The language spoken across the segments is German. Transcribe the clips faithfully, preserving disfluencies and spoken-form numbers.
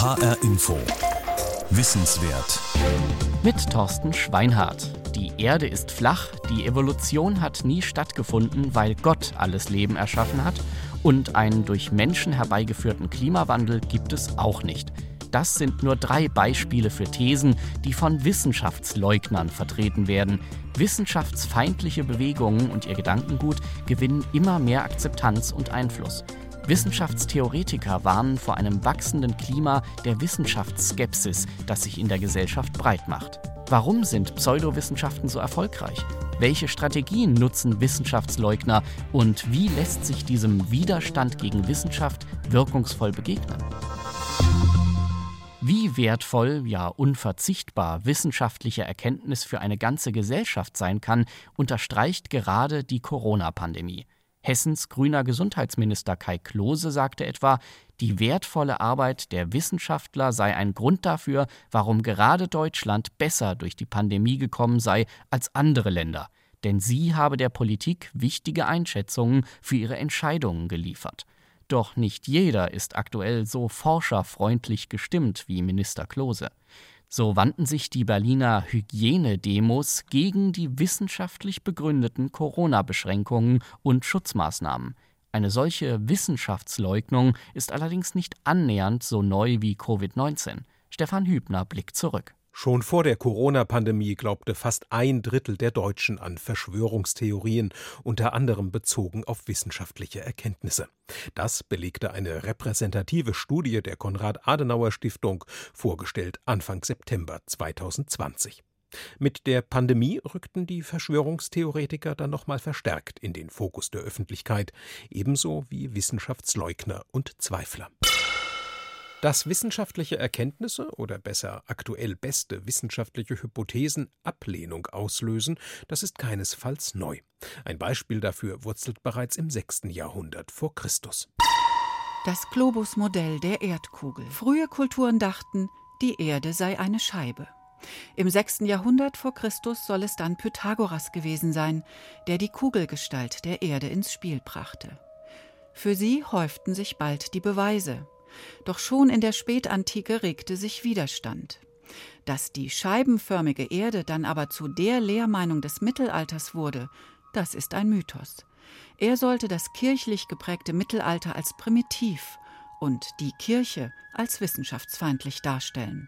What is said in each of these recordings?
H R Info. Wissenswert. Mit Thorsten Schweinhardt. Die Erde ist flach, die Evolution hat nie stattgefunden, weil Gott alles Leben erschaffen hat, und einen durch Menschen herbeigeführten Klimawandel gibt es auch nicht. Das sind nur drei Beispiele für Thesen, die von Wissenschaftsleugnern vertreten werden. Wissenschaftsfeindliche Bewegungen und ihr Gedankengut gewinnen immer mehr Akzeptanz und Einfluss. Wissenschaftstheoretiker warnen vor einem wachsenden Klima der Wissenschaftsskepsis, das sich in der Gesellschaft breit macht. Warum sind Pseudowissenschaften so erfolgreich? Welche Strategien nutzen Wissenschaftsleugner und wie lässt sich diesem Widerstand gegen Wissenschaft wirkungsvoll begegnen? Wie wertvoll, ja unverzichtbar wissenschaftliche Erkenntnis für eine ganze Gesellschaft sein kann, unterstreicht gerade die Corona-Pandemie. Hessens grüner Gesundheitsminister Kai Klose sagte etwa, die wertvolle Arbeit der Wissenschaftler sei ein Grund dafür, warum gerade Deutschland besser durch die Pandemie gekommen sei als andere Länder. Denn sie habe der Politik wichtige Einschätzungen für ihre Entscheidungen geliefert. Doch nicht jeder ist aktuell so forscherfreundlich gestimmt wie Minister Klose. So wandten sich die Berliner Hygienedemos gegen die wissenschaftlich begründeten Corona-Beschränkungen und Schutzmaßnahmen. Eine solche Wissenschaftsleugnung ist allerdings nicht annähernd so neu wie Covid neunzehn. Stefan Hübner blickt zurück. Schon vor der Corona-Pandemie glaubte fast ein Drittel der Deutschen an Verschwörungstheorien, unter anderem bezogen auf wissenschaftliche Erkenntnisse. Das belegte eine repräsentative Studie der Konrad-Adenauer-Stiftung, vorgestellt Anfang September zweitausendzwanzig. Mit der Pandemie rückten die Verschwörungstheoretiker dann nochmal verstärkt in den Fokus der Öffentlichkeit, ebenso wie Wissenschaftsleugner und Zweifler. Dass wissenschaftliche Erkenntnisse oder besser aktuell beste wissenschaftliche Hypothesen Ablehnung auslösen, das ist keinesfalls neu. Ein Beispiel dafür wurzelt bereits im sechsten Jahrhundert vor Christus. Das Globusmodell der Erdkugel. Frühe Kulturen dachten, die Erde sei eine Scheibe. Im sechsten Jahrhundert vor Christus soll es dann Pythagoras gewesen sein, der die Kugelgestalt der Erde ins Spiel brachte. Für sie häuften sich bald die Beweise. Doch schon in der Spätantike regte sich Widerstand. Dass die scheibenförmige Erde dann aber zu der Lehrmeinung des Mittelalters wurde, das ist ein Mythos. Er sollte das kirchlich geprägte Mittelalter als primitiv und die Kirche als wissenschaftsfeindlich darstellen.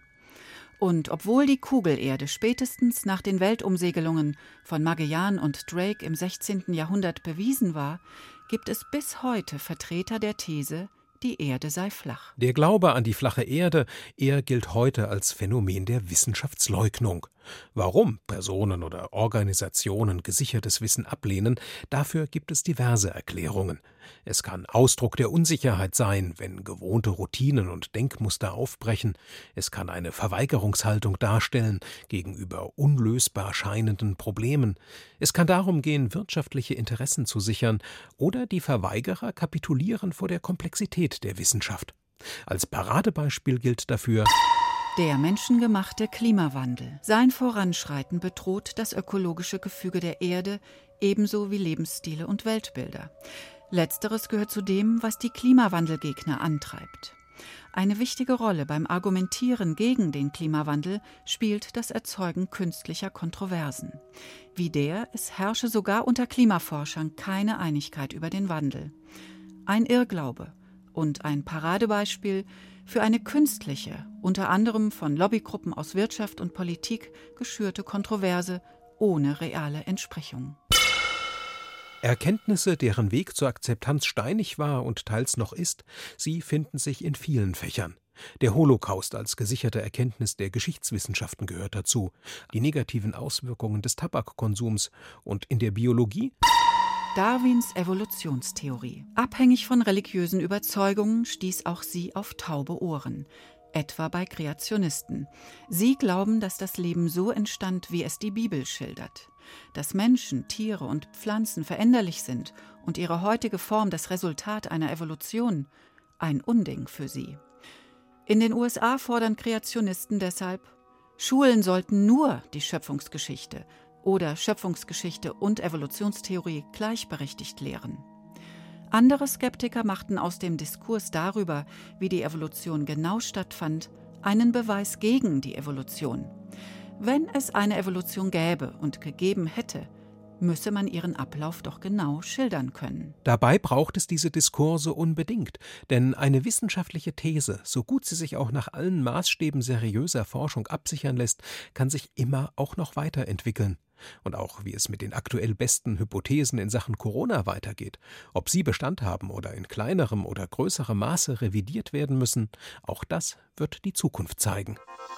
Und obwohl die Kugelerde spätestens nach den Weltumsegelungen von Magellan und Drake im sechzehnten Jahrhundert bewiesen war, gibt es bis heute Vertreter der These, die Erde sei flach. Der Glaube an die flache Erde, er gilt heute als Phänomen der Wissenschaftsleugnung. Warum Personen oder Organisationen gesichertes Wissen ablehnen, dafür gibt es diverse Erklärungen. Es kann Ausdruck der Unsicherheit sein, wenn gewohnte Routinen und Denkmuster aufbrechen. Es kann eine Verweigerungshaltung darstellen gegenüber unlösbar scheinenden Problemen. Es kann darum gehen, wirtschaftliche Interessen zu sichern, oder die Verweigerer kapitulieren vor der Komplexität der Wissenschaft. Als Paradebeispiel gilt dafür der menschengemachte Klimawandel. Sein Voranschreiten bedroht das ökologische Gefüge der Erde, ebenso wie Lebensstile und Weltbilder. Letzteres gehört zu dem, was die Klimawandelgegner antreibt. Eine wichtige Rolle beim Argumentieren gegen den Klimawandel spielt das Erzeugen künstlicher Kontroversen. Wie der, es herrsche sogar unter Klimaforschern keine Einigkeit über den Wandel. Ein Irrglaube und ein Paradebeispiel für eine künstliche, unter anderem von Lobbygruppen aus Wirtschaft und Politik geschürte Kontroverse ohne reale Entsprechung. Erkenntnisse, deren Weg zur Akzeptanz steinig war und teils noch ist, sie finden sich in vielen Fächern. Der Holocaust als gesicherte Erkenntnis der Geschichtswissenschaften gehört dazu, die negativen Auswirkungen des Tabakkonsums, und in der Biologie Darwins Evolutionstheorie. Abhängig von religiösen Überzeugungen stieß auch sie auf taube Ohren, etwa bei Kreationisten. Sie glauben, dass das Leben so entstand, wie es die Bibel schildert. Dass Menschen, Tiere und Pflanzen veränderlich sind und ihre heutige Form das Resultat einer Evolution, ein Unding für sie. In den U S A fordern Kreationisten deshalb, Schulen sollten nur die Schöpfungsgeschichte oder Schöpfungsgeschichte und Evolutionstheorie gleichberechtigt lehren. Andere Skeptiker machten aus dem Diskurs darüber, wie die Evolution genau stattfand, einen Beweis gegen die Evolution. Wenn es eine Evolution gäbe und gegeben hätte, müsse man ihren Ablauf doch genau schildern können. Dabei braucht es diese Diskurse unbedingt, denn eine wissenschaftliche These, so gut sie sich auch nach allen Maßstäben seriöser Forschung absichern lässt, kann sich immer auch noch weiterentwickeln. Und auch wie es mit den aktuell besten Hypothesen in Sachen Corona weitergeht, ob sie Bestand haben oder in kleinerem oder größerem Maße revidiert werden müssen, auch das wird die Zukunft zeigen.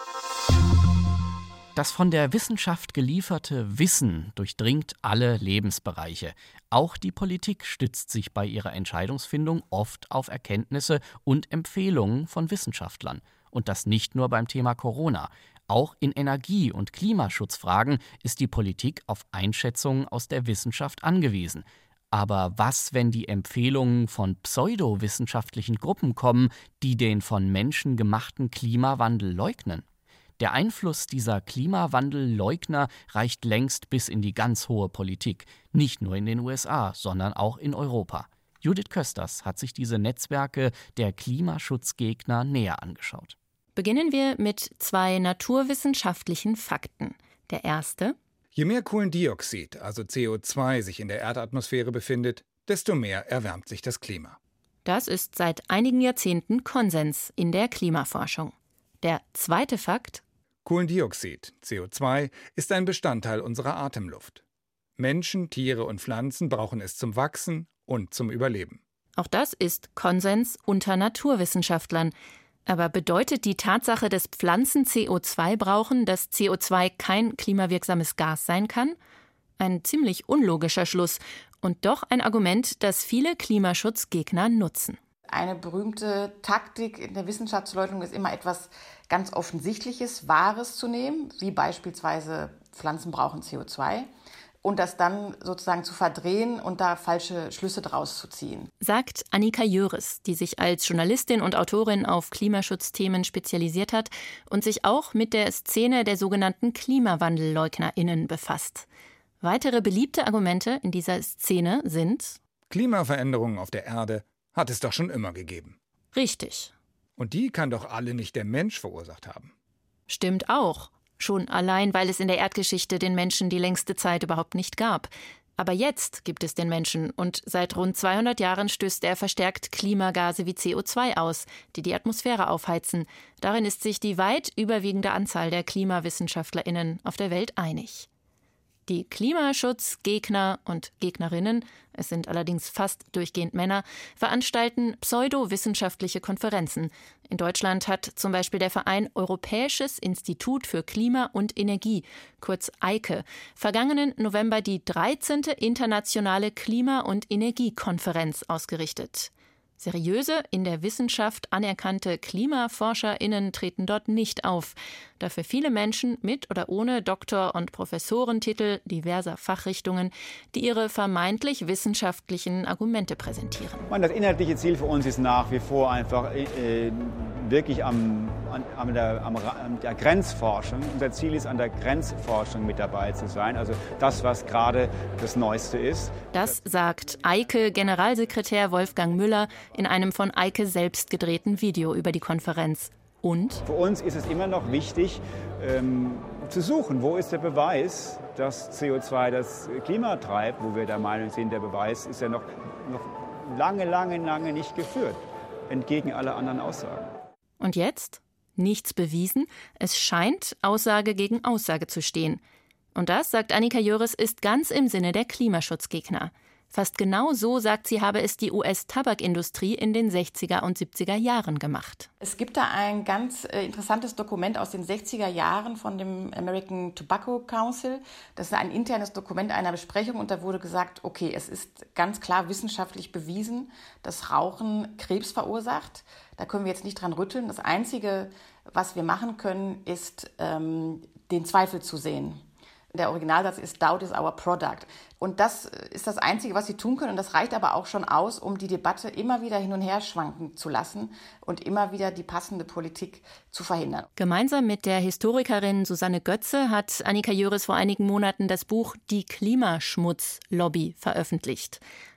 Das von der Wissenschaft gelieferte Wissen durchdringt alle Lebensbereiche. Auch die Politik stützt sich bei ihrer Entscheidungsfindung oft auf Erkenntnisse und Empfehlungen von Wissenschaftlern. Und das nicht nur beim Thema Corona. Auch in Energie- und Klimaschutzfragen ist die Politik auf Einschätzungen aus der Wissenschaft angewiesen. Aber was, wenn die Empfehlungen von pseudowissenschaftlichen Gruppen kommen, die den von Menschen gemachten Klimawandel leugnen? Der Einfluss dieser Klimawandelleugner reicht längst bis in die ganz hohe Politik, nicht nur in den U S A, sondern auch in Europa. Judith Kösters hat sich diese Netzwerke der Klimaschutzgegner näher angeschaut. Beginnen wir mit zwei naturwissenschaftlichen Fakten. Der erste: Je mehr Kohlendioxid, also C O zwei, sich in der Erdatmosphäre befindet, desto mehr erwärmt sich das Klima. Das ist seit einigen Jahrzehnten Konsens in der Klimaforschung. Der zweite Fakt: Kohlendioxid, C O zwei, ist ein Bestandteil unserer Atemluft. Menschen, Tiere und Pflanzen brauchen es zum Wachsen und zum Überleben. Auch das ist Konsens unter Naturwissenschaftlern. Aber bedeutet die Tatsache, dass Pflanzen C O zwei brauchen, dass C O zwei kein klimawirksames Gas sein kann? Ein ziemlich unlogischer Schluss und doch ein Argument, das viele Klimaschutzgegner nutzen. Eine berühmte Taktik in der Wissenschaftsleugnung ist immer etwas ganz Offensichtliches, Wahres zu nehmen, wie beispielsweise Pflanzen brauchen C O zwei, und das dann sozusagen zu verdrehen und da falsche Schlüsse draus zu ziehen. Sagt Annika Jöris, die sich als Journalistin und Autorin auf Klimaschutzthemen spezialisiert hat und sich auch mit der Szene der sogenannten KlimawandelleugnerInnen befasst. Weitere beliebte Argumente in dieser Szene sind: Klimaveränderungen auf der Erde hat es doch schon immer gegeben. Richtig. Und die kann doch alle nicht der Mensch verursacht haben. Stimmt auch. Schon allein, weil es in der Erdgeschichte den Menschen die längste Zeit überhaupt nicht gab. Aber jetzt gibt es den Menschen und seit rund zweihundert Jahren stößt er verstärkt Klimagase wie C O zwei aus, die die Atmosphäre aufheizen. Darin ist sich die weit überwiegende Anzahl der KlimawissenschaftlerInnen auf der Welt einig. Die Klimaschutzgegner und Gegnerinnen, es sind allerdings fast durchgehend Männer, veranstalten pseudowissenschaftliche Konferenzen. In Deutschland hat zum Beispiel der Verein Europäisches Institut für Klima und Energie, kurz EIKE, vergangenen November die dreizehnte internationale Klima- und Energiekonferenz ausgerichtet. Seriöse, in der Wissenschaft anerkannte KlimaforscherInnen treten dort nicht auf. Dafür viele Menschen mit oder ohne Doktor- und Professorentitel diverser Fachrichtungen, die ihre vermeintlich wissenschaftlichen Argumente präsentieren. Das inhaltliche Ziel für uns ist nach wie vor einfach äh, wirklich am, an, an, der, am, an der Grenzforschung. Unser Ziel ist, an der Grenzforschung mit dabei zu sein, also das, was gerade das Neueste ist. Das sagt EIKE-Generalsekretär Wolfgang Müller in einem von EIKE selbst gedrehten Video über die Konferenz. Und? Für uns ist es immer noch wichtig, ähm, zu suchen, wo ist der Beweis, dass C O zwei das Klima treibt, wo wir der Meinung sind, der Beweis ist ja noch, noch lange, lange, lange nicht geführt, entgegen aller anderen Aussagen. Und jetzt? Nichts bewiesen. Es scheint Aussage gegen Aussage zu stehen. Und das, sagt Annika Jöris, ist ganz im Sinne der Klimaschutzgegner. Fast genau so, sagt sie, habe es die U S-Tabakindustrie in den sechziger und siebziger Jahren gemacht. Es gibt da ein ganz äh, interessantes Dokument aus den sechziger Jahren von dem American Tobacco Council. Das ist ein internes Dokument einer Besprechung und da wurde gesagt, okay, es ist ganz klar wissenschaftlich bewiesen, dass Rauchen Krebs verursacht. Da können wir jetzt nicht dran rütteln. Das Einzige, was wir machen können, ist, ähm, den Zweifel zu sehen. Der Originalsatz ist "Doubt is our product". Und das ist das Einzige, was sie tun können. Und das reicht aber auch schon aus, um die Debatte immer wieder hin und her schwanken zu lassen und immer wieder die passende Politik zu verhindern. Gemeinsam mit der Historikerin Susanne Götze hat Annika Jöris vor einigen Monaten das Buch Die Klimaschmutzlobby veröffentlicht.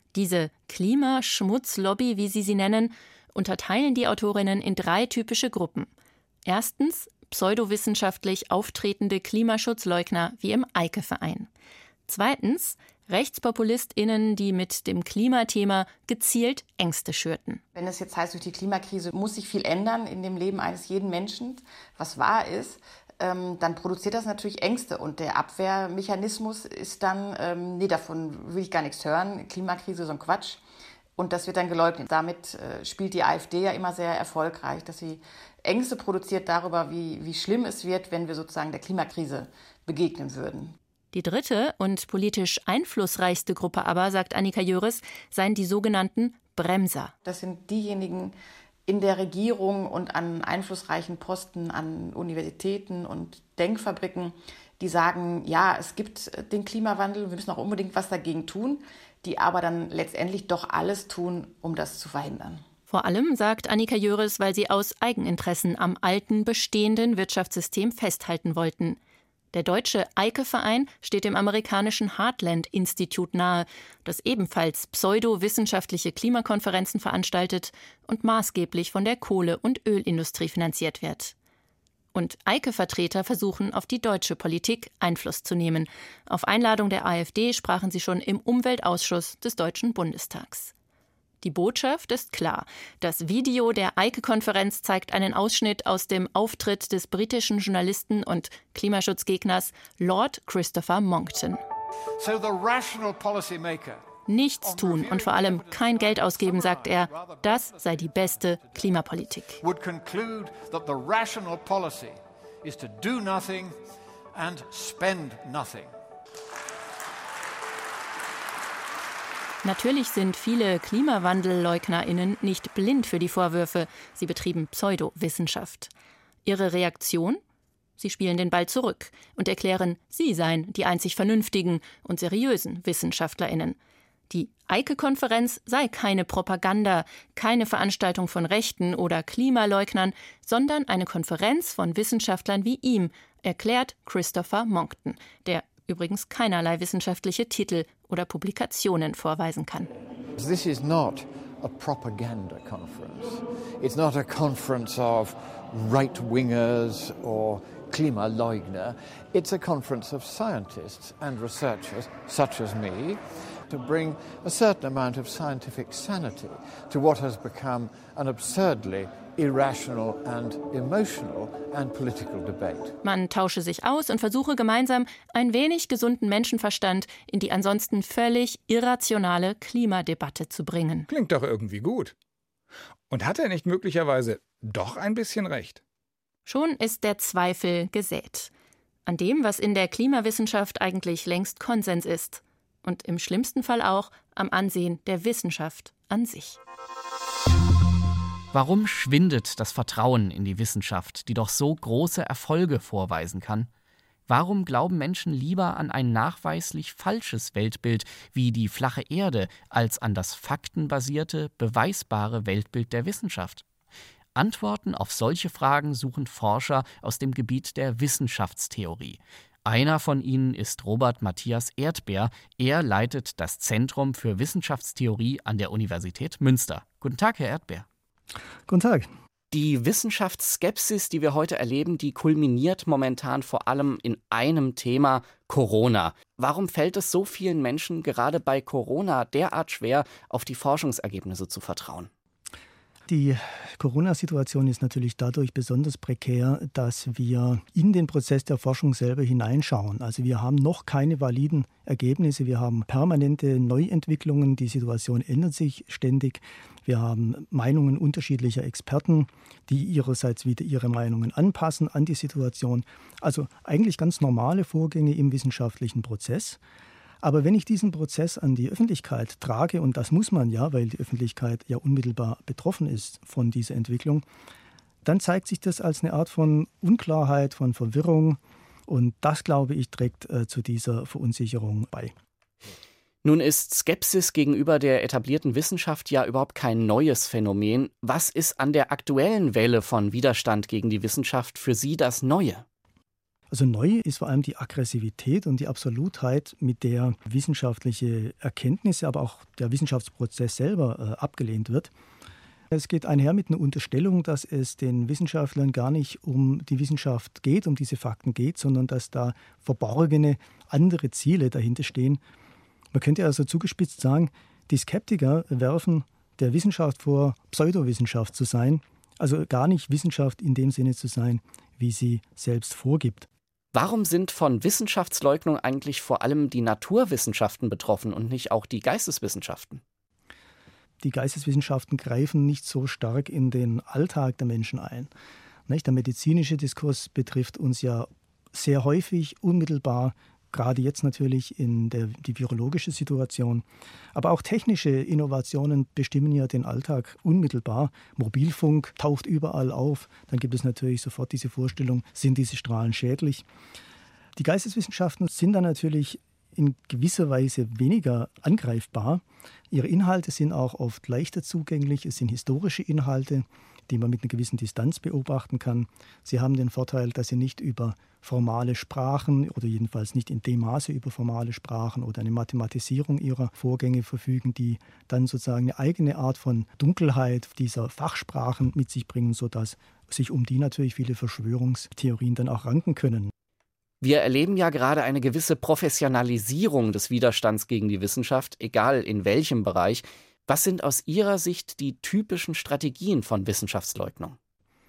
Diese Klimaschmutzlobby, wie sie sie nennen, unterteilen die Autorinnen in drei typische Gruppen. Erstens pseudowissenschaftlich auftretende Klimaschutzleugner wie im Eike-Verein. Zweitens RechtspopulistInnen, die mit dem Klimathema gezielt Ängste schürten. Wenn es jetzt heißt, durch die Klimakrise muss sich viel ändern in dem Leben eines jeden Menschen, was wahr ist, ähm, dann produziert das natürlich Ängste. Und der Abwehrmechanismus ist dann, ähm, nee, davon will ich gar nichts hören, Klimakrise, so ein Quatsch. Und das wird dann geleugnet. Damit äh, spielt die AfD ja immer sehr erfolgreich, dass sie Ängste produziert darüber, wie, wie schlimm es wird, wenn wir sozusagen der Klimakrise begegnen würden. Die dritte und politisch einflussreichste Gruppe aber, sagt Annika Jöris, seien die sogenannten Bremser. Das sind diejenigen in der Regierung und an einflussreichen Posten an Universitäten und Denkfabriken, die sagen, ja, es gibt den Klimawandel, wir müssen auch unbedingt was dagegen tun, die aber dann letztendlich doch alles tun, um das zu verhindern. Vor allem, sagt Annika Jöris, weil sie aus Eigeninteressen am alten, bestehenden Wirtschaftssystem festhalten wollten. Der deutsche Eike-Verein steht dem amerikanischen Heartland-Institut nahe, das ebenfalls pseudowissenschaftliche Klimakonferenzen veranstaltet und maßgeblich von der Kohle- und Ölindustrie finanziert wird. Und Eike-Vertreter versuchen, auf die deutsche Politik Einfluss zu nehmen. Auf Einladung der AfD sprachen sie schon im Umweltausschuss des Deutschen Bundestags. Die Botschaft ist klar. Das Video der Eike-Konferenz zeigt einen Ausschnitt aus dem Auftritt des britischen Journalisten und Klimaschutzgegners Lord Christopher Monckton. So the rational policymaker Nichts tun und vor allem kein Geld ausgeben, sagt er, das sei die beste Klimapolitik. would conclude that the rational policy is to do nothing and spend nothing. Natürlich sind viele KlimawandellleugnerInnen nicht blind für die Vorwürfe. Sie betrieben Pseudowissenschaft. Ihre Reaktion? Sie spielen den Ball zurück und erklären, sie seien die einzig vernünftigen und seriösen WissenschaftlerInnen. Die Eike-Konferenz sei keine Propaganda, keine Veranstaltung von Rechten oder Klimaleugnern, sondern eine Konferenz von Wissenschaftlern wie ihm, erklärt Christopher Monckton, der übrigens keinerlei wissenschaftliche Titel oder Publikationen vorweisen kann. This is not a propaganda conference. It's not a conference of right-wingers or Klimaleugner. It's a conference of scientists and researchers, such as me, to bring a certain amount of scientific sanity to what has become an absurdly irrational and emotional and political debate. Man tausche sich aus und versuche gemeinsam ein wenig gesunden Menschenverstand in die ansonsten völlig irrationale Klimadebatte zu bringen. Klingt doch irgendwie gut. Und hat er nicht möglicherweise doch ein bisschen recht? Schon ist der Zweifel gesät. An dem, was in der Klimawissenschaft eigentlich längst Konsens ist. Und im schlimmsten Fall auch am Ansehen der Wissenschaft an sich. Warum schwindet das Vertrauen in die Wissenschaft, die doch so große Erfolge vorweisen kann? Warum glauben Menschen lieber an ein nachweislich falsches Weltbild wie die flache Erde als an das faktenbasierte, beweisbare Weltbild der Wissenschaft? Antworten auf solche Fragen suchen Forscher aus dem Gebiet der Wissenschaftstheorie. Einer von ihnen ist Robert Matthias Erdbeer. Er leitet das Zentrum für Wissenschaftstheorie an der Universität Münster. Guten Tag, Herr Erdbeer. Guten Tag. Die Wissenschaftsskepsis, die wir heute erleben, die kulminiert momentan vor allem in einem Thema: Corona. Warum fällt es so vielen Menschen gerade bei Corona derart schwer, auf die Forschungsergebnisse zu vertrauen? Die Corona-Situation ist natürlich dadurch besonders prekär, dass wir in den Prozess der Forschung selber hineinschauen. Also wir haben noch keine validen Ergebnisse, wir haben permanente Neuentwicklungen, die Situation ändert sich ständig. Wir haben Meinungen unterschiedlicher Experten, die ihrerseits wieder ihre Meinungen anpassen an die Situation. Also eigentlich ganz normale Vorgänge im wissenschaftlichen Prozess. Aber wenn ich diesen Prozess an die Öffentlichkeit trage, und das muss man ja, weil die Öffentlichkeit ja unmittelbar betroffen ist von dieser Entwicklung, dann zeigt sich das als eine Art von Unklarheit, von Verwirrung. Und das, glaube ich, trägt äh, zu dieser Verunsicherung bei. Nun ist Skepsis gegenüber der etablierten Wissenschaft ja überhaupt kein neues Phänomen. Was ist an der aktuellen Welle von Widerstand gegen die Wissenschaft für Sie das Neue? Also neu ist vor allem die Aggressivität und die Absolutheit, mit der wissenschaftliche Erkenntnisse, aber auch der Wissenschaftsprozess selber äh, abgelehnt wird. Es geht einher mit einer Unterstellung, dass es den Wissenschaftlern gar nicht um die Wissenschaft geht, um diese Fakten geht, sondern dass da verborgene andere Ziele dahinter stehen. Man könnte also zugespitzt sagen, die Skeptiker werfen der Wissenschaft vor, Pseudowissenschaft zu sein, also gar nicht Wissenschaft in dem Sinne zu sein, wie sie selbst vorgibt. Warum sind von Wissenschaftsleugnung eigentlich vor allem die Naturwissenschaften betroffen und nicht auch die Geisteswissenschaften? Die Geisteswissenschaften greifen nicht so stark in den Alltag der Menschen ein. Der medizinische Diskurs betrifft uns ja sehr häufig, unmittelbar, gerade jetzt natürlich in der die virologische Situation. Aber auch technische Innovationen bestimmen ja den Alltag unmittelbar. Mobilfunk taucht überall auf. Dann gibt es natürlich sofort diese Vorstellung, sind diese Strahlen schädlich? Die Geisteswissenschaften sind dann natürlich in gewisser Weise weniger angreifbar. Ihre Inhalte sind auch oft leichter zugänglich. Es sind historische Inhalte, die man mit einer gewissen Distanz beobachten kann. Sie haben den Vorteil, dass sie nicht über formale Sprachen oder jedenfalls nicht in dem Maße über formale Sprachen oder eine Mathematisierung ihrer Vorgänge verfügen, die dann sozusagen eine eigene Art von Dunkelheit dieser Fachsprachen mit sich bringen, sodass sich um die natürlich viele Verschwörungstheorien dann auch ranken können. Wir erleben ja gerade eine gewisse Professionalisierung des Widerstands gegen die Wissenschaft, egal in welchem Bereich. Was sind aus Ihrer Sicht die typischen Strategien von Wissenschaftsleugnung?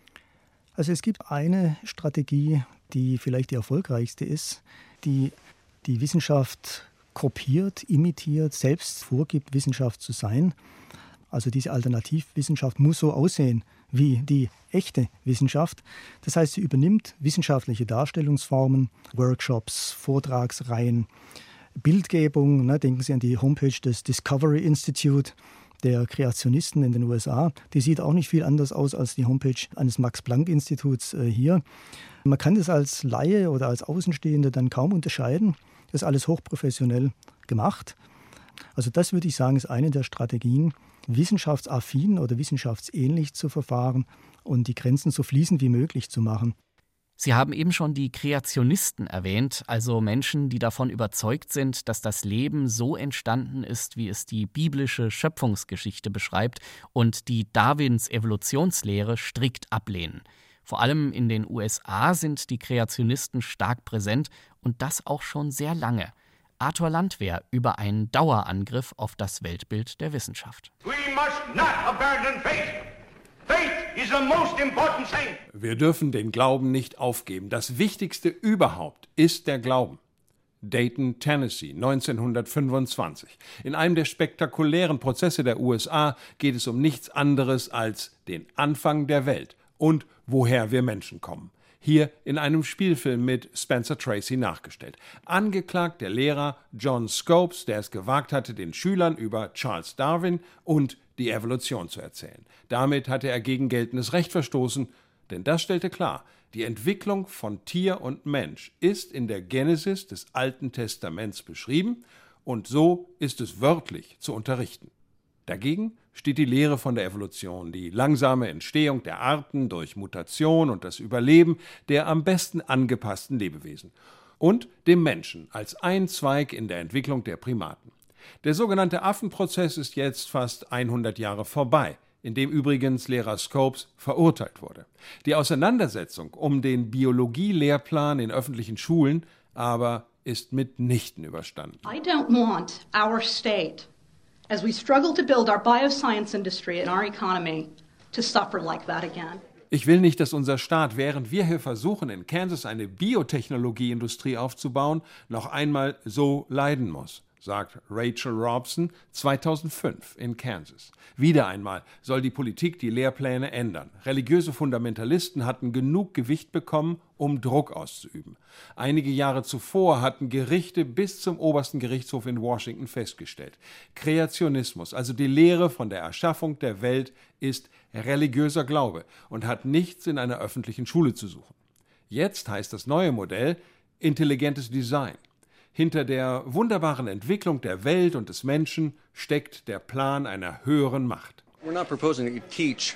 Also es gibt eine Strategie, die vielleicht die erfolgreichste ist, die die Wissenschaft kopiert, imitiert, selbst vorgibt, Wissenschaft zu sein. Also diese Alternativwissenschaft muss so aussehen wie die echte Wissenschaft. Das heißt, sie übernimmt wissenschaftliche Darstellungsformen, Workshops, Vortragsreihen, Bildgebung. Ne, denken Sie an die Homepage des Discovery Institute der Kreationisten in den U S A. Die sieht auch nicht viel anders aus als die Homepage eines Max-Planck-Instituts äh, hier. Man kann das als Laie oder als Außenstehende dann kaum unterscheiden. Das ist alles hochprofessionell gemacht. Also das würde ich sagen, ist eine der Strategien, wissenschaftsaffin oder wissenschaftsähnlich zu verfahren und die Grenzen so fließend wie möglich zu machen. Sie haben eben schon die Kreationisten erwähnt, also Menschen, die davon überzeugt sind, dass das Leben so entstanden ist, wie es die biblische Schöpfungsgeschichte beschreibt und die Darwins Evolutionslehre strikt ablehnen. Vor allem in den U S A sind die Kreationisten stark präsent und das auch schon sehr lange. Arthur Landwehr über einen Dauerangriff auf das Weltbild der Wissenschaft. We must not abandon faith. Faith is the most important thing. Wir dürfen den Glauben nicht aufgeben. Das Wichtigste überhaupt ist der Glauben. Dayton, Tennessee, neunzehnhundertfünfundzwanzig. In einem der spektakulären Prozesse der U S A geht es um nichts anderes als den Anfang der Welt und woher wir Menschen kommen. Hier in einem Spielfilm mit Spencer Tracy nachgestellt. Angeklagt der Lehrer John Scopes, der es gewagt hatte, den Schülern über Charles Darwin und die Evolution zu erzählen. Damit hatte er gegen geltendes Recht verstoßen, denn das stellte klar, die Entwicklung von Tier und Mensch ist in der Genesis des Alten Testaments beschrieben und so ist es wörtlich zu unterrichten. Dagegen steht die Lehre von der Evolution, die langsame Entstehung der Arten durch Mutation und das Überleben der am besten angepassten Lebewesen und dem Menschen als ein Zweig in der Entwicklung der Primaten. Der sogenannte Affenprozess ist jetzt fast hundert Jahre vorbei, in dem übrigens Lehrer Scopes verurteilt wurde. Die Auseinandersetzung um den Biologielehrplan in öffentlichen Schulen aber ist mitnichten überstanden. I don't want our state, as we struggle to build our bioscience industry and our economy, to suffer like that again. Ich will nicht, dass unser Staat, während wir hier versuchen, in Kansas eine Biotechnologieindustrie aufzubauen, noch einmal so leiden muss, sagt Rachel Robson zweitausendfünf in Kansas. Wieder einmal soll die Politik die Lehrpläne ändern. Religiöse Fundamentalisten hatten genug Gewicht bekommen, um Druck auszuüben. Einige Jahre zuvor hatten Gerichte bis zum obersten Gerichtshof in Washington festgestellt: Kreationismus, also die Lehre von der Erschaffung der Welt, ist religiöser Glaube und hat nichts in einer öffentlichen Schule zu suchen. Jetzt heißt das neue Modell intelligentes Design. Hinter der wunderbaren Entwicklung der Welt und des Menschen steckt der Plan einer höheren Macht. We're not proposing that you teach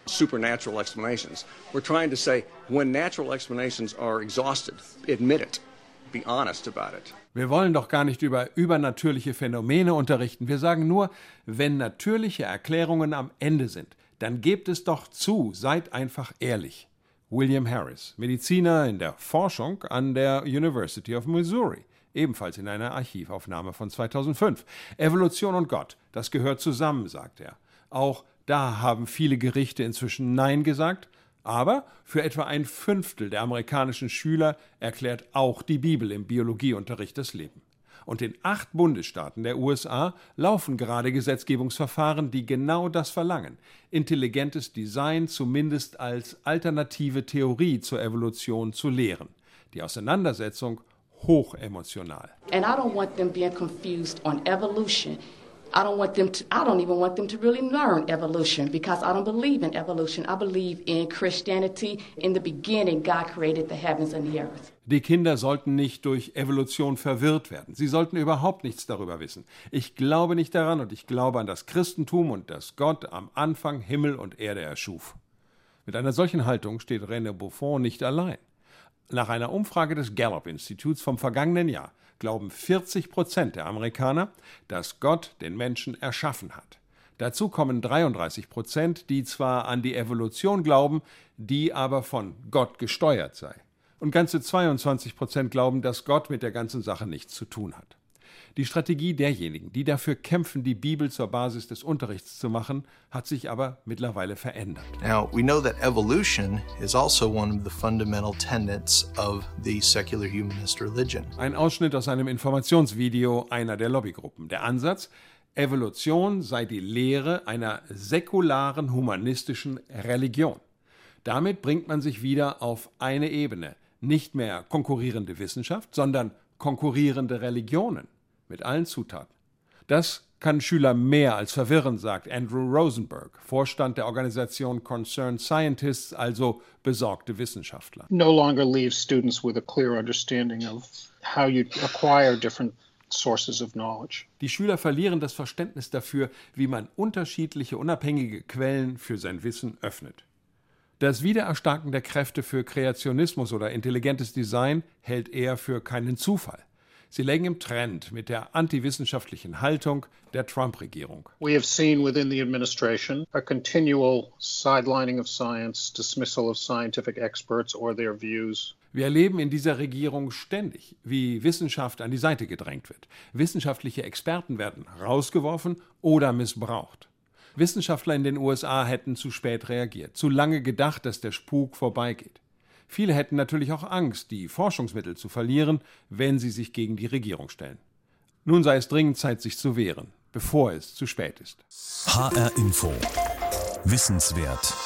supernatural explanations. We're trying to say, when natural explanations are exhausted, admit it. Be honest about it. Wir wollen doch gar nicht über übernatürliche Phänomene unterrichten. Wir sagen nur, wenn natürliche Erklärungen am Ende sind, dann gebt es doch zu, seid einfach ehrlich. William Harris, Mediziner in der Forschung an der University of Missouri, ebenfalls in einer Archivaufnahme von zweitausendfünf. Evolution und Gott, das gehört zusammen, sagt er. Auch da haben viele Gerichte inzwischen Nein gesagt, aber für etwa ein Fünftel der amerikanischen Schüler erklärt auch die Bibel im Biologieunterricht das Leben. Und in acht Bundesstaaten der U S A laufen gerade Gesetzgebungsverfahren, die genau das verlangen. Intelligentes Design zumindest als alternative Theorie zur Evolution zu lehren. Die Auseinandersetzung hochemotional. And I don't want them being confused on evolution. I don't want them to, I don't even want them to really learn evolution because I don't believe in evolution. I believe in Christianity. In the beginning, God created the heavens and the earth. Die Kinder sollten nicht durch Evolution verwirrt werden. Sie sollten überhaupt nichts darüber wissen. Ich glaube nicht daran und ich glaube an das Christentum und dass Gott am Anfang Himmel und Erde erschuf. Mit einer solchen Haltung steht René Buffon nicht allein. Nach einer Umfrage des Gallup-Instituts vom vergangenen Jahr glauben vierzig Prozent der Amerikaner, dass Gott den Menschen erschaffen hat. Dazu kommen dreiunddreißig Prozent, die zwar an die Evolution glauben, die aber von Gott gesteuert sei. Und ganze zweiundzwanzig Prozent glauben, dass Gott mit der ganzen Sache nichts zu tun hat. Die Strategie derjenigen, die dafür kämpfen, die Bibel zur Basis des Unterrichts zu machen, hat sich aber mittlerweile verändert. Now, we know that evolution is also one of the fundamental tenets of the secular humanist religion. Ein Ausschnitt aus einem Informationsvideo einer der Lobbygruppen. Der Ansatz: Evolution sei die Lehre einer säkularen humanistischen Religion. Damit bringt man sich wieder auf eine Ebene. Nicht mehr konkurrierende Wissenschaft, sondern konkurrierende Religionen. Mit allen Zutaten. Das kann Schüler mehr als verwirren, sagt Andrew Rosenberg, Vorstand der Organisation Concerned Scientists, also besorgte Wissenschaftler. No longer leaves students with a clear understanding of how you acquire different sources of knowledge. Die Schüler verlieren das Verständnis dafür, wie man unterschiedliche unabhängige Quellen für sein Wissen öffnet. Das Wiedererstarken der Kräfte für Kreationismus oder intelligentes Design hält er für keinen Zufall. Sie lägen im Trend mit der antiwissenschaftlichen Haltung der Trump-Regierung. We have seen within the administration a continual sidelining of science, dismissal of scientific experts or their views. Wir erleben in dieser Regierung ständig, wie Wissenschaft an die Seite gedrängt wird. Wissenschaftliche Experten werden rausgeworfen oder missbraucht. Wissenschaftler in den U S A hätten zu spät reagiert, zu lange gedacht, dass der Spuk vorbeigeht. Viele hätten natürlich auch Angst, die Forschungsmittel zu verlieren, wenn sie sich gegen die Regierung stellen. Nun sei es dringend Zeit, sich zu wehren, bevor es zu spät ist. H R Info. Wissenswert.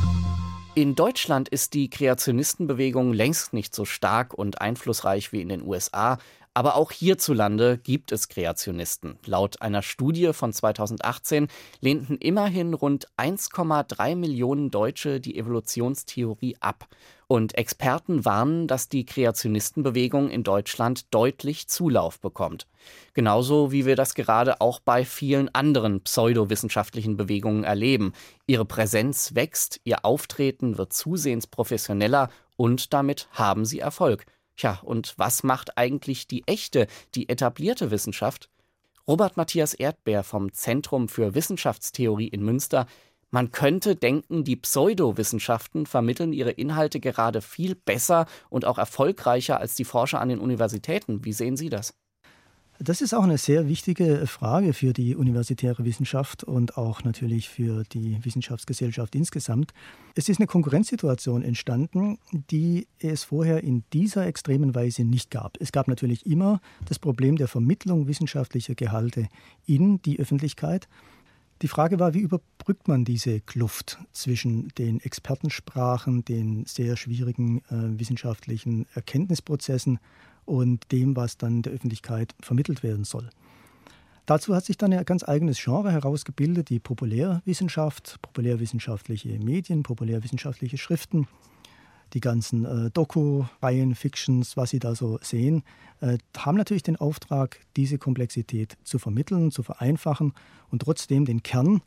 In Deutschland ist die Kreationistenbewegung längst nicht so stark und einflussreich wie in den U S A. Aber auch hierzulande gibt es Kreationisten. Laut einer Studie von zweitausendachtzehn lehnten immerhin rund eins Komma drei Millionen Deutsche die Evolutionstheorie ab. Und Experten warnen, dass die Kreationistenbewegung in Deutschland deutlich Zulauf bekommt. Genauso wie wir das gerade auch bei vielen anderen pseudowissenschaftlichen Bewegungen erleben. Ihre Präsenz wächst, ihr Auftreten wird zusehends professioneller und damit haben sie Erfolg. Tja, und was macht eigentlich die echte, die etablierte Wissenschaft? Robert Matthias Erdbeer vom Zentrum für Wissenschaftstheorie in Münster. Man könnte denken, die Pseudowissenschaften vermitteln ihre Inhalte gerade viel besser und auch erfolgreicher als die Forscher an den Universitäten. Wie sehen Sie das? Das ist auch eine sehr wichtige Frage für die universitäre Wissenschaft und auch natürlich für die Wissenschaftsgesellschaft insgesamt. Es ist eine Konkurrenzsituation entstanden, die es vorher in dieser extremen Weise nicht gab. Es gab natürlich immer das Problem der Vermittlung wissenschaftlicher Gehalte in die Öffentlichkeit. Die Frage war, wie überbrückt man diese Kluft zwischen den Expertensprachen, den sehr schwierigen äh, wissenschaftlichen Erkenntnisprozessen und dem, was dann der Öffentlichkeit vermittelt werden soll. Dazu hat sich dann ein ganz eigenes Genre herausgebildet, die Populärwissenschaft, populärwissenschaftliche Medien, populärwissenschaftliche Schriften, die ganzen äh, Doku-Reihen, Fictions, was Sie da so sehen, äh, haben natürlich den Auftrag, diese Komplexität zu vermitteln, zu vereinfachen und trotzdem den Kern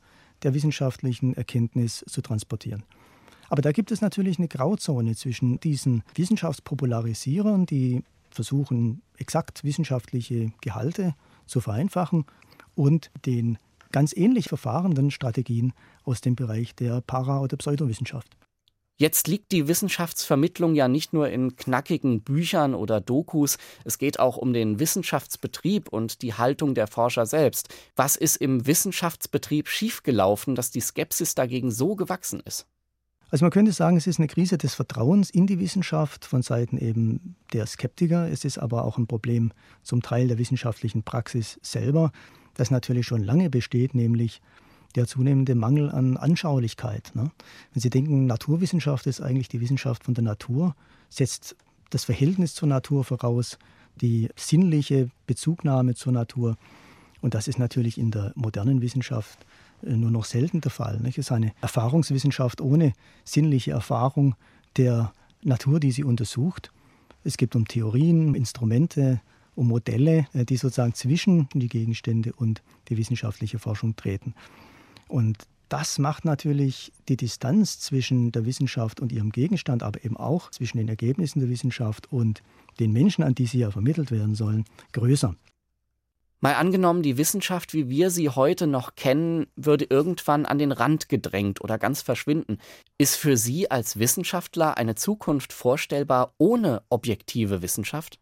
der wissenschaftlichen Erkenntnis zu transportieren. Aber da gibt es natürlich eine Grauzone zwischen diesen Wissenschaftspopularisierern, die versuchen, exakt wissenschaftliche Gehalte zu vereinfachen, und den ganz ähnlich verfahrenden Strategien aus dem Bereich der Para- oder Pseudowissenschaft. Jetzt liegt die Wissenschaftsvermittlung ja nicht nur in knackigen Büchern oder Dokus, es geht auch um den Wissenschaftsbetrieb und die Haltung der Forscher selbst. Was ist im Wissenschaftsbetrieb schiefgelaufen, dass die Skepsis dagegen so gewachsen ist? Also man könnte sagen, es ist eine Krise des Vertrauens in die Wissenschaft von Seiten eben der Skeptiker. Es ist aber auch ein Problem zum Teil der wissenschaftlichen Praxis selber, das natürlich schon lange besteht, nämlich der zunehmende Mangel an Anschaulichkeit. Ne? Wenn Sie denken, Naturwissenschaft ist eigentlich die Wissenschaft von der Natur, setzt das Verhältnis zur Natur voraus, die sinnliche Bezugnahme zur Natur. Und das ist natürlich in der modernen Wissenschaft nur noch selten der Fall. Nicht? Es ist eine Erfahrungswissenschaft ohne sinnliche Erfahrung der Natur, die sie untersucht. Es geht um Theorien, Instrumente, um Modelle, die sozusagen zwischen die Gegenstände und die wissenschaftliche Forschung treten. Und das macht natürlich die Distanz zwischen der Wissenschaft und ihrem Gegenstand, aber eben auch zwischen den Ergebnissen der Wissenschaft und den Menschen, an die sie ja vermittelt werden sollen, größer. Mal angenommen, die Wissenschaft, wie wir sie heute noch kennen, würde irgendwann an den Rand gedrängt oder ganz verschwinden. Ist für Sie als Wissenschaftler eine Zukunft vorstellbar ohne objektive Wissenschaft?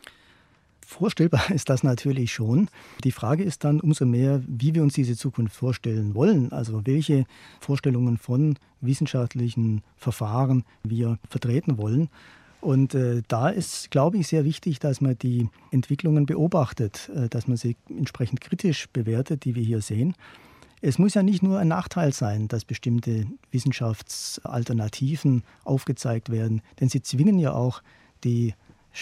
Vorstellbar ist das natürlich schon. Die Frage ist dann umso mehr, wie wir uns diese Zukunft vorstellen wollen. Also welche Vorstellungen von wissenschaftlichen Verfahren wir vertreten wollen. Und äh, da ist, glaube ich, sehr wichtig, dass man die Entwicklungen beobachtet, äh, dass man sie entsprechend kritisch bewertet, die wir hier sehen. Es muss ja nicht nur ein Nachteil sein, dass bestimmte Wissenschaftsalternativen aufgezeigt werden, denn sie zwingen ja auch die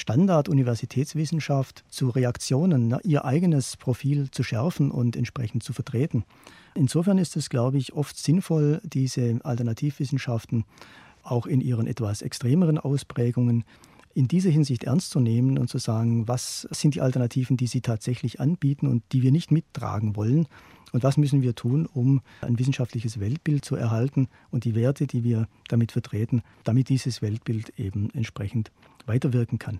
Standard-Universitätswissenschaft zu Reaktionen, ne, ihr eigenes Profil zu schärfen und entsprechend zu vertreten. Insofern ist es, glaube ich, oft sinnvoll, diese Alternativwissenschaften auch in ihren etwas extremeren Ausprägungen in dieser Hinsicht ernst zu nehmen und zu sagen, was sind die Alternativen, die sie tatsächlich anbieten und die wir nicht mittragen wollen und was müssen wir tun, um ein wissenschaftliches Weltbild zu erhalten und die Werte, die wir damit vertreten, damit dieses Weltbild eben entsprechend weiterwirken kann.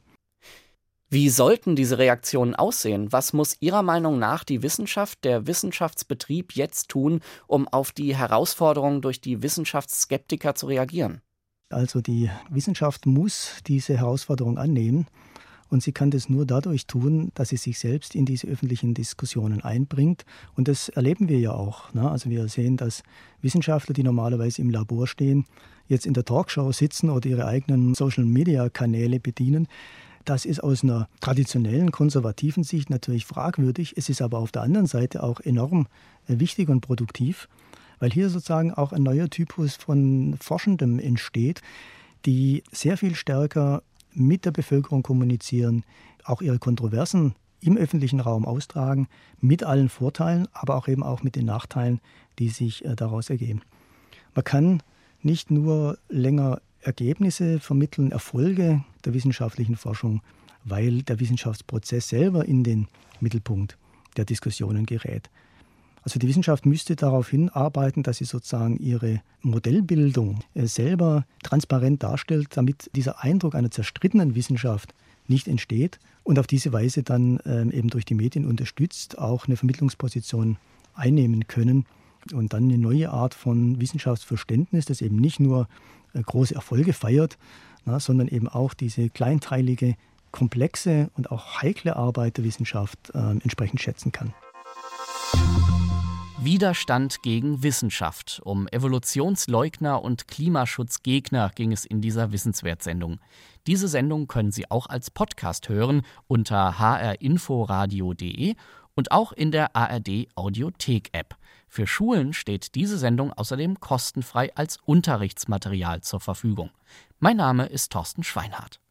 Wie sollten diese Reaktionen aussehen? Was muss Ihrer Meinung nach die Wissenschaft, der Wissenschaftsbetrieb jetzt tun, um auf die Herausforderungen durch die Wissenschaftsskeptiker zu reagieren? Also die Wissenschaft muss diese Herausforderung annehmen und sie kann das nur dadurch tun, dass sie sich selbst in diese öffentlichen Diskussionen einbringt. Und das erleben wir ja auch. Ne? Also wir sehen, dass Wissenschaftler, die normalerweise im Labor stehen, jetzt in der Talkshow sitzen oder ihre eigenen Social-Media-Kanäle bedienen. Das ist aus einer traditionellen, konservativen Sicht natürlich fragwürdig. Es ist aber auf der anderen Seite auch enorm wichtig und produktiv, weil hier sozusagen auch ein neuer Typus von Forschendem entsteht, die sehr viel stärker mit der Bevölkerung kommunizieren, auch ihre Kontroversen im öffentlichen Raum austragen, mit allen Vorteilen, aber auch eben auch mit den Nachteilen, die sich daraus ergeben. Man kann nicht nur länger Ergebnisse vermitteln, Erfolge der wissenschaftlichen Forschung, weil der Wissenschaftsprozess selber in den Mittelpunkt der Diskussionen gerät. Also die Wissenschaft müsste darauf hinarbeiten, dass sie sozusagen ihre Modellbildung selber transparent darstellt, damit dieser Eindruck einer zerstrittenen Wissenschaft nicht entsteht und auf diese Weise dann eben durch die Medien unterstützt auch eine Vermittlungsposition einnehmen können und dann eine neue Art von Wissenschaftsverständnis, das eben nicht nur große Erfolge feiert, na, sondern eben auch diese kleinteilige, komplexe und auch heikle Arbeit der Wissenschaft äh, entsprechend schätzen kann. Widerstand gegen Wissenschaft. Um Evolutionsleugner und Klimaschutzgegner ging es in dieser Wissenswert-Sendung. Diese Sendung können Sie auch als Podcast hören unter h r inforadio punkt d e und auch in der A R D-Audiothek-App. Für Schulen steht diese Sendung außerdem kostenfrei als Unterrichtsmaterial zur Verfügung. Mein Name ist Thorsten Schweinhardt.